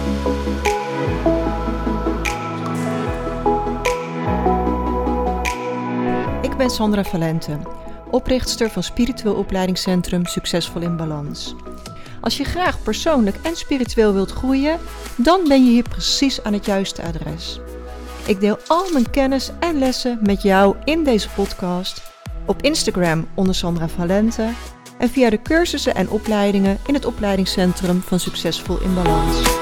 Ik ben Sandra Valente, oprichtster van spiritueel opleidingscentrum Succesvol in Balans. Als je graag persoonlijk en spiritueel wilt groeien, dan ben je hier precies aan het juiste adres. Ik deel al mijn kennis en lessen met jou in deze podcast, op Instagram onder Sandra Valente en via de cursussen en opleidingen in het opleidingscentrum van Succesvol in Balans.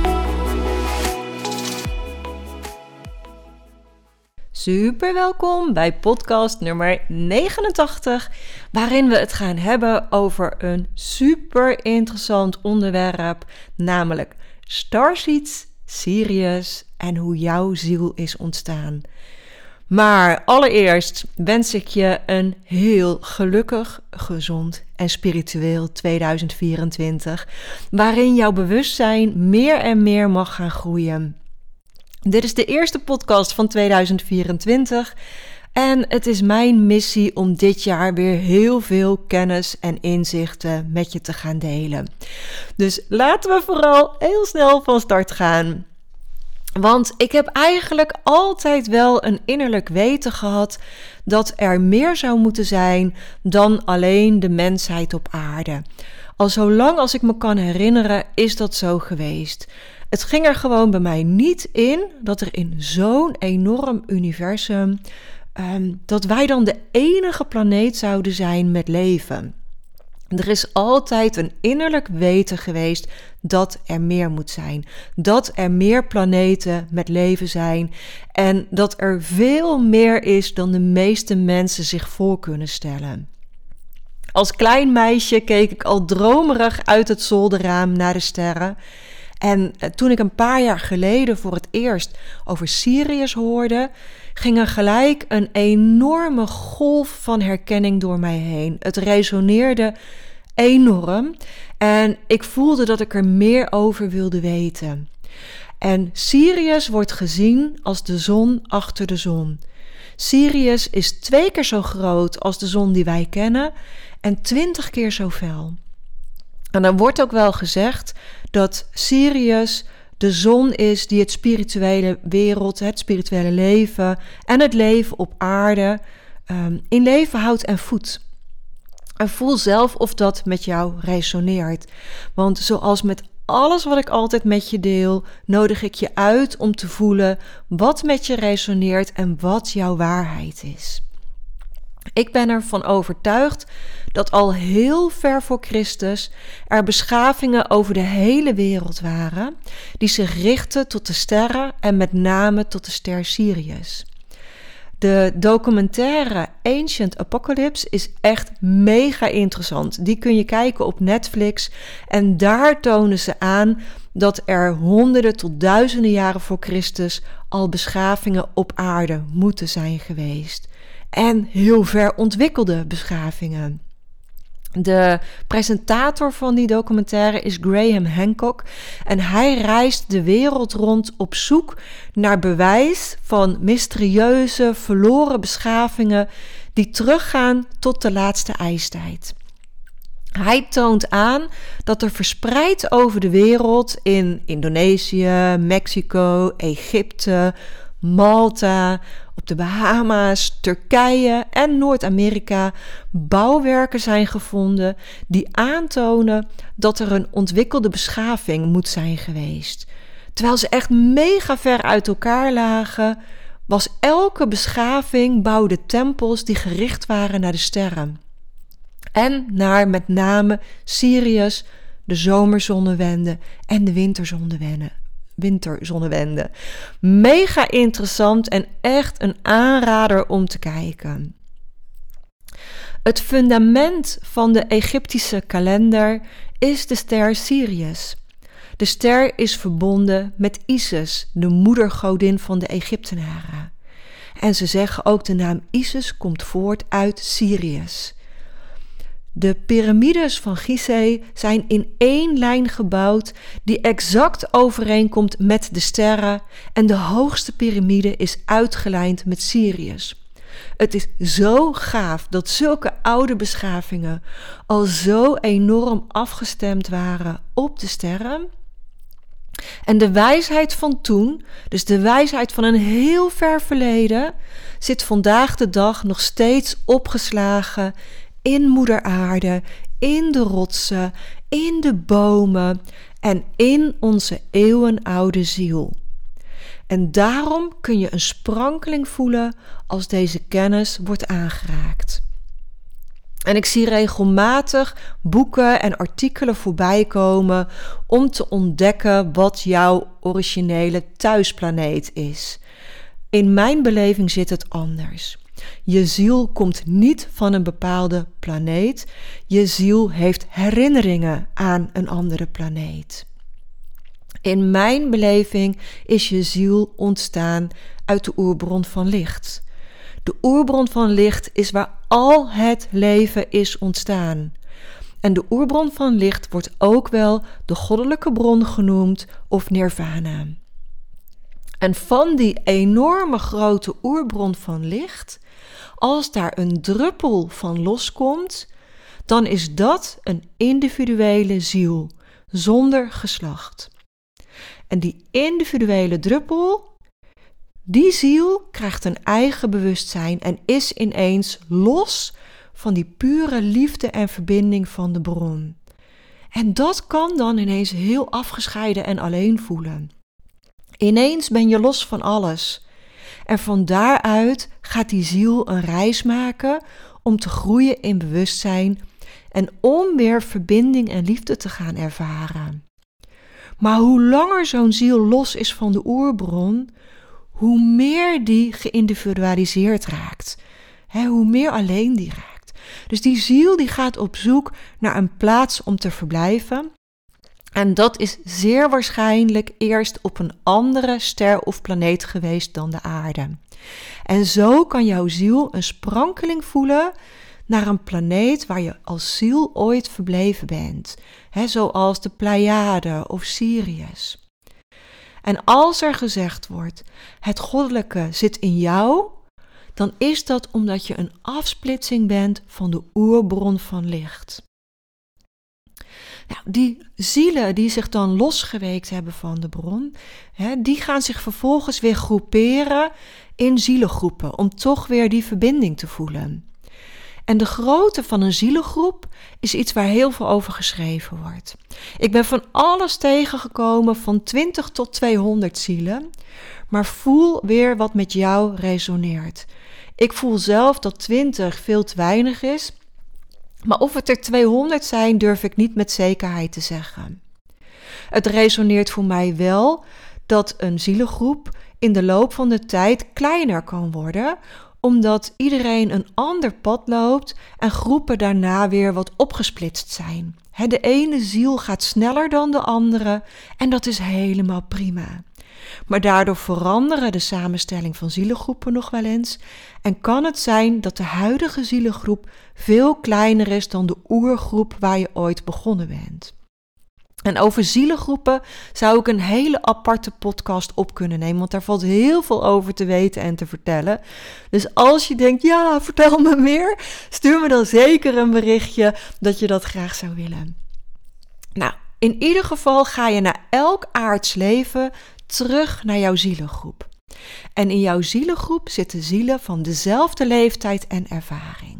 Super welkom bij podcast nummer 89, waarin we het gaan hebben over een super interessant onderwerp, namelijk Starseeds, Sirius en hoe jouw ziel is ontstaan. Maar allereerst wens ik je een heel gelukkig, gezond en spiritueel 2024, waarin jouw bewustzijn meer en meer mag gaan groeien. Dit is de eerste podcast van 2024 en het is mijn missie om dit jaar weer heel veel kennis en inzichten met je te gaan delen. Dus laten we vooral heel snel van start gaan. Want ik heb eigenlijk altijd wel een innerlijk weten gehad dat er meer zou moeten zijn dan alleen de mensheid op aarde. Al zolang als ik me kan herinneren is dat zo geweest. Het ging er gewoon bij mij niet in dat er in zo'n enorm universum, dat wij dan de enige planeet zouden zijn met leven. Er is altijd een innerlijk weten geweest dat er meer moet zijn. Dat er meer planeten met leven zijn. En dat er veel meer is dan de meeste mensen zich voor kunnen stellen. Als klein meisje keek ik al dromerig uit het zolderraam naar de sterren. En toen ik een paar jaar geleden voor het eerst over Sirius hoorde, ging er gelijk een enorme golf van herkenning door mij heen. Het resoneerde enorm en ik voelde dat ik er meer over wilde weten. En Sirius wordt gezien als de zon achter de zon. Sirius is 2 keer zo groot als de zon die wij kennen en 20 keer zo fel. En dan wordt ook wel gezegd dat Sirius de zon is die het spirituele wereld, het spirituele leven en het leven op aarde in leven houdt en voedt. En voel zelf of dat met jou resoneert. Want zoals met alles wat ik altijd met je deel, nodig ik je uit om te voelen wat met je resoneert en wat jouw waarheid is. Ik ben ervan overtuigd dat al heel ver voor Christus er beschavingen over de hele wereld waren die zich richten tot de sterren en met name tot de ster Sirius. De documentaire Ancient Apocalypse is echt mega interessant. Die kun je kijken op Netflix en daar tonen ze aan dat er honderden tot duizenden jaren voor Christus al beschavingen op aarde moeten zijn geweest. En heel ver ontwikkelde beschavingen. De presentator van die documentaire is Graham Hancock en hij reist de wereld rond op zoek naar bewijs van mysterieuze, verloren beschavingen die teruggaan tot de laatste ijstijd. Hij toont aan dat er verspreid over de wereld in Indonesië, Mexico, Egypte, Malta, op de Bahama's, Turkije en Noord-Amerika bouwwerken zijn gevonden die aantonen dat er een ontwikkelde beschaving moet zijn geweest. Terwijl ze echt mega ver uit elkaar lagen, was elke beschaving bouwde tempels die gericht waren naar de sterren. En naar met name Sirius, de zomerzonnewende en de winterzonnewende. Mega interessant en echt een aanrader om te kijken. Het fundament van de Egyptische kalender is de ster Sirius. De ster is verbonden met Isis, de moedergodin van de Egyptenaren. En ze zeggen ook de naam Isis komt voort uit Sirius. De piramides van Gizeh zijn in 1 lijn gebouwd die exact overeenkomt met de sterren en de hoogste piramide is uitgelijnd met Sirius. Het is zo gaaf dat zulke oude beschavingen al zo enorm afgestemd waren op de sterren. En de wijsheid van toen, dus de wijsheid van een heel ver verleden, zit vandaag de dag nog steeds opgeslagen in Moeder Aarde, in de rotsen, in de bomen en in onze eeuwenoude ziel. En daarom kun je een sprankeling voelen als deze kennis wordt aangeraakt. En ik zie regelmatig boeken en artikelen voorbij komen om te ontdekken wat jouw originele thuisplaneet is. In mijn beleving zit het anders. Je ziel komt niet van een bepaalde planeet. Je ziel heeft herinneringen aan een andere planeet. In mijn beleving is je ziel ontstaan uit de oerbron van licht. De oerbron van licht is waar al het leven is ontstaan. En de oerbron van licht wordt ook wel de goddelijke bron genoemd of nirvana. En van die enorme grote oerbron van licht, als daar een druppel van loskomt, dan is dat een individuele ziel, zonder geslacht. En die individuele druppel, die ziel krijgt een eigen bewustzijn en is ineens los van die pure liefde en verbinding van de bron. En dat kan dan ineens heel afgescheiden en alleen voelen. Ineens ben je los van alles. En van daaruit gaat die ziel een reis maken om te groeien in bewustzijn en om weer verbinding en liefde te gaan ervaren. Maar hoe langer zo'n ziel los is van de oerbron, hoe meer die geïndividualiseerd raakt. Hoe meer alleen die raakt. Dus die ziel die gaat op zoek naar een plaats om te verblijven. En dat is zeer waarschijnlijk eerst op een andere ster of planeet geweest dan de aarde. En zo kan jouw ziel een sprankeling voelen naar een planeet waar je als ziel ooit verbleven bent. Zoals de Pleiaden of Sirius. En als er gezegd wordt, het goddelijke zit in jou, dan is dat omdat je een afsplitsing bent van de oerbron van licht. Nou, die zielen die zich dan losgeweekt hebben van de bron, die gaan zich vervolgens weer groeperen in zielengroepen, om toch weer die verbinding te voelen. En de grootte van een zielengroep is iets waar heel veel over geschreven wordt. Ik ben van alles tegengekomen van 20 tot 200 zielen, maar voel weer wat met jou resoneert. Ik voel zelf dat 20 veel te weinig is, maar of het er 200 zijn durf ik niet met zekerheid te zeggen. Het resoneert voor mij wel dat een zielengroep in de loop van de tijd kleiner kan worden, omdat iedereen een ander pad loopt en groepen daarna weer wat opgesplitst zijn. De ene ziel gaat sneller dan de andere en dat is helemaal prima. Maar daardoor veranderen de samenstelling van zielengroepen nog wel eens en kan het zijn dat de huidige zielengroep veel kleiner is dan de oergroep waar je ooit begonnen bent. En over zielengroepen zou ik een hele aparte podcast op kunnen nemen, want daar valt heel veel over te weten en te vertellen. Dus als je denkt, ja, vertel me meer, stuur me dan zeker een berichtje dat je dat graag zou willen. Nou, in ieder geval ga je na elk aards leven terug naar jouw zielengroep. En in jouw zielengroep zitten zielen van dezelfde leeftijd en ervaring.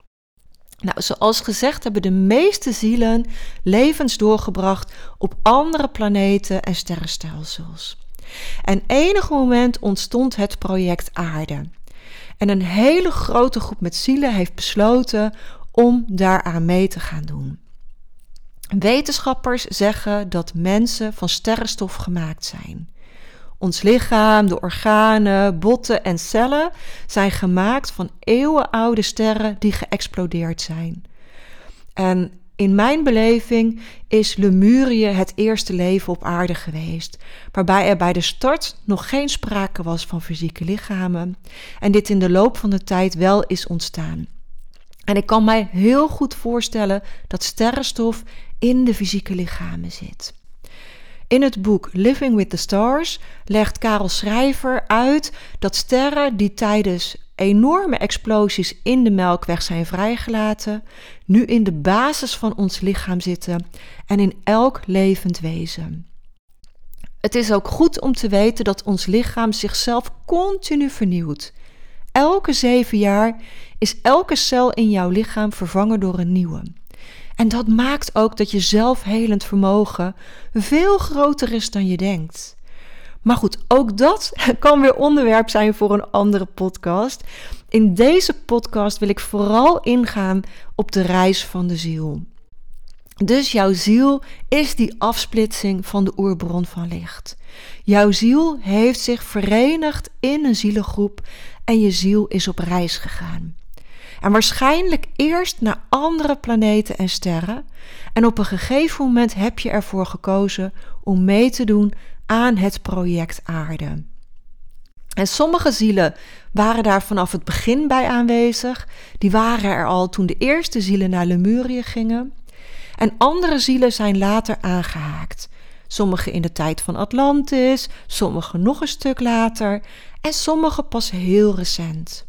Nou, zoals gezegd hebben de meeste zielen levens doorgebracht op andere planeten en sterrenstelsels. En enig moment ontstond het project Aarde. En een hele grote groep met zielen heeft besloten om daaraan mee te gaan doen. Wetenschappers zeggen dat mensen van sterrenstof gemaakt zijn. Ons lichaam, de organen, botten en cellen zijn gemaakt van eeuwenoude sterren die geëxplodeerd zijn. En in mijn beleving is Lemurië het eerste leven op aarde geweest, waarbij er bij de start nog geen sprake was van fysieke lichamen en dit in de loop van de tijd wel is ontstaan. En ik kan mij heel goed voorstellen dat sterrenstof in de fysieke lichamen zit. In het boek Living with the Stars legt Karel Schrijver uit dat sterren die tijdens enorme explosies in de Melkweg zijn vrijgelaten, nu in de basis van ons lichaam zitten en in elk levend wezen. Het is ook goed om te weten dat ons lichaam zichzelf continu vernieuwt. Elke 7 jaar is elke cel in jouw lichaam vervangen door een nieuwe. En dat maakt ook dat je zelfhelend vermogen veel groter is dan je denkt. Maar goed, ook dat kan weer onderwerp zijn voor een andere podcast. In deze podcast wil ik vooral ingaan op de reis van de ziel. Dus jouw ziel is die afsplitsing van de oerbron van licht. Jouw ziel heeft zich verenigd in een zielengroep en je ziel is op reis gegaan. En waarschijnlijk eerst naar andere planeten en sterren. En op een gegeven moment heb je ervoor gekozen om mee te doen aan het project aarde. En sommige zielen waren daar vanaf het begin bij aanwezig. Die waren er al toen de eerste zielen naar Lemurië gingen. En andere zielen zijn later aangehaakt. Sommige in de tijd van Atlantis, sommige nog een stuk later en sommige pas heel recent.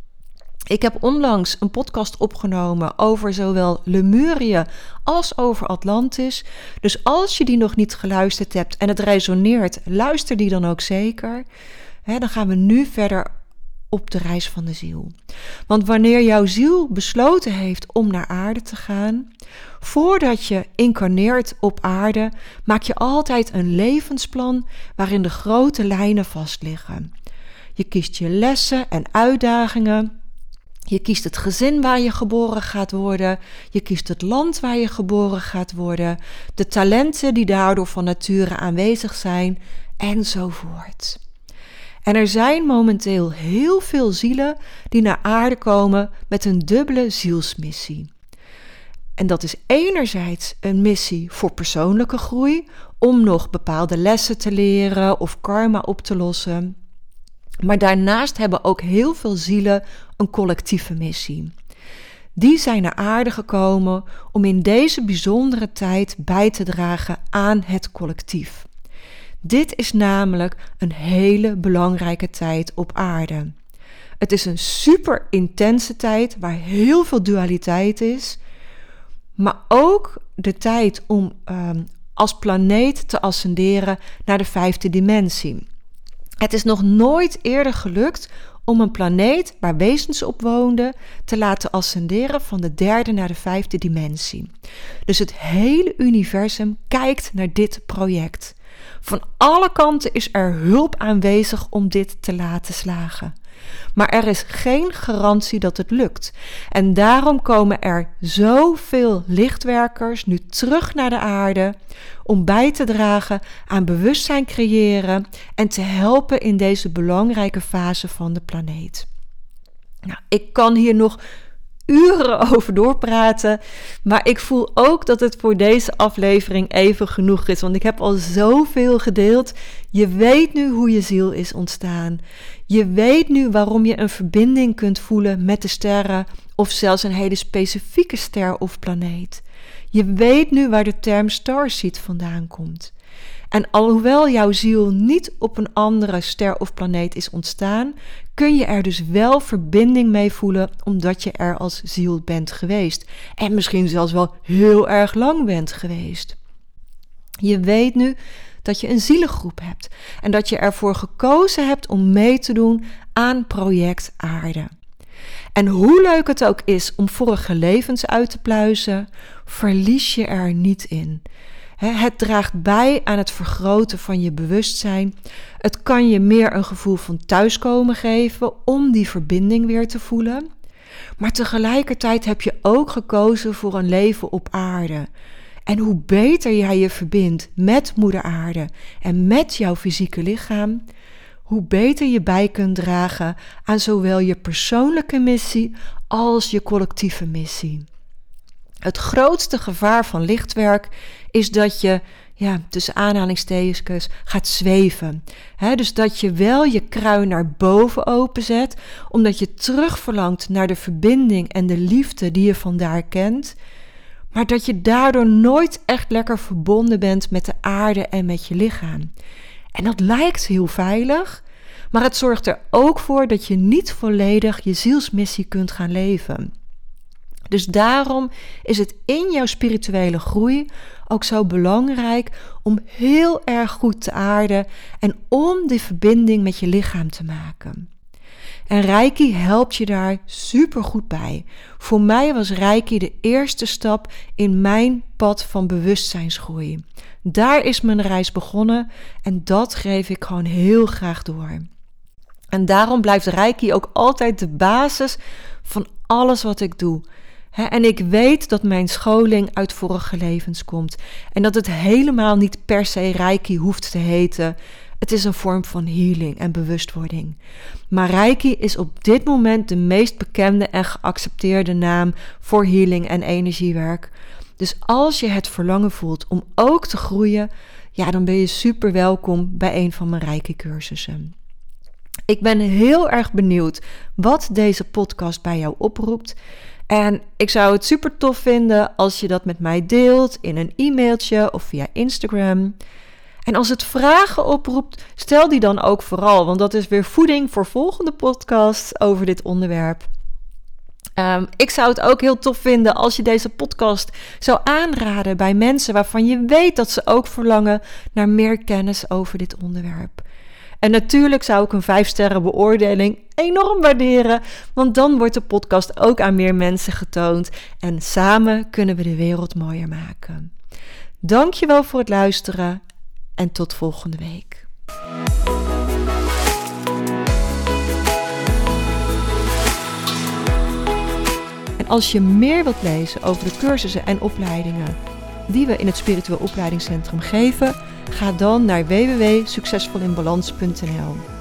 Ik heb onlangs een podcast opgenomen over zowel Lemurië als over Atlantis. Dus als je die nog niet geluisterd hebt en het resoneert, luister die dan ook zeker. Dan gaan we nu verder op de reis van de ziel. Want wanneer jouw ziel besloten heeft om naar aarde te gaan, voordat je incarneert op aarde, maak je altijd een levensplan waarin de grote lijnen vastliggen. Je kiest je lessen en uitdagingen. Je kiest het gezin waar je geboren gaat worden. Je kiest het land waar je geboren gaat worden. De talenten die daardoor van nature aanwezig zijn. Enzovoort. En er zijn momenteel heel veel zielen die naar aarde komen met een dubbele zielsmissie. En dat is enerzijds een missie voor persoonlijke groei, om nog bepaalde lessen te leren of karma op te lossen. Maar daarnaast hebben ook heel veel zielen een collectieve missie. Die zijn naar aarde gekomen om in deze bijzondere tijd bij te dragen aan het collectief. Dit is namelijk een hele belangrijke tijd op aarde. Het is een super intense tijd waar heel veel dualiteit is, maar ook de tijd om als planeet te ascenderen naar de 5e dimensie. Het is nog nooit eerder gelukt om een planeet waar wezens op woonden te laten ascenderen van de 3e naar de 5e dimensie. Dus het hele universum kijkt naar dit project. Van alle kanten is er hulp aanwezig om dit te laten slagen. Maar er is geen garantie dat het lukt. En daarom komen er zoveel lichtwerkers nu terug naar de aarde om bij te dragen aan bewustzijn creëren en te helpen in deze belangrijke fase van de planeet. Nou, ik kan hier nog uren over doorpraten, maar ik voel ook dat het voor deze aflevering even genoeg is, want ik heb al zoveel gedeeld. Je weet nu hoe je ziel is ontstaan. Je weet nu waarom je een verbinding kunt voelen met de sterren of zelfs een hele specifieke ster of planeet. Je weet nu waar de term starseed vandaan komt. En alhoewel jouw ziel niet op een andere ster of planeet is ontstaan, kun je er dus wel verbinding mee voelen omdat je er als ziel bent geweest. En misschien zelfs wel heel erg lang bent geweest. Je weet nu dat je een zielengroep hebt en dat je ervoor gekozen hebt om mee te doen aan project aarde. En hoe leuk het ook is om vorige levens uit te pluizen, verlies je er niet in. Het draagt bij aan het vergroten van je bewustzijn. Het kan je meer een gevoel van thuiskomen geven om die verbinding weer te voelen. Maar tegelijkertijd heb je ook gekozen voor een leven op aarde. En hoe beter jij je verbindt met Moeder Aarde en met jouw fysieke lichaam, hoe beter je bij kunt dragen aan zowel je persoonlijke missie als je collectieve missie. Het grootste gevaar van lichtwerk is dat je, tussen aanhalingstekens, gaat zweven. Dus dat je wel je kruin naar boven openzet, omdat je terugverlangt naar de verbinding en de liefde die je vandaar kent, maar dat je daardoor nooit echt lekker verbonden bent met de aarde en met je lichaam. En dat lijkt heel veilig, maar het zorgt er ook voor dat je niet volledig je zielsmissie kunt gaan leven. Dus daarom is het in jouw spirituele groei ook zo belangrijk om heel erg goed te aarden en om die verbinding met je lichaam te maken. En Reiki helpt je daar super goed bij. Voor mij was Reiki de eerste stap in mijn pad van bewustzijnsgroei. Daar is mijn reis begonnen en dat geef ik gewoon heel graag door. En daarom blijft Reiki ook altijd de basis van alles wat ik doe. En ik weet dat mijn scholing uit vorige levens komt. En dat het helemaal niet per se Reiki hoeft te heten. Het is een vorm van healing en bewustwording. Maar Reiki is op dit moment de meest bekende en geaccepteerde naam voor healing en energiewerk. Dus als je het verlangen voelt om ook te groeien, ja, dan ben je super welkom bij een van mijn Reiki-cursussen. Ik ben heel erg benieuwd wat deze podcast bij jou oproept. En ik zou het super tof vinden als je dat met mij deelt in een e-mailtje of via Instagram. En als het vragen oproept, stel die dan ook vooral, want dat is weer voeding voor volgende podcasts over dit onderwerp. Ik zou het ook heel tof vinden als je deze podcast zou aanraden bij mensen waarvan je weet dat ze ook verlangen naar meer kennis over dit onderwerp. En natuurlijk zou ik een 5-sterren beoordeling enorm waarderen, want dan wordt de podcast ook aan meer mensen getoond en samen kunnen we de wereld mooier maken. Dankjewel voor het luisteren en tot volgende week. En als je meer wilt lezen over de cursussen en opleidingen die we in het Spiritueel Opleidingscentrum geven, ga dan naar www.succesvolinbalans.nl.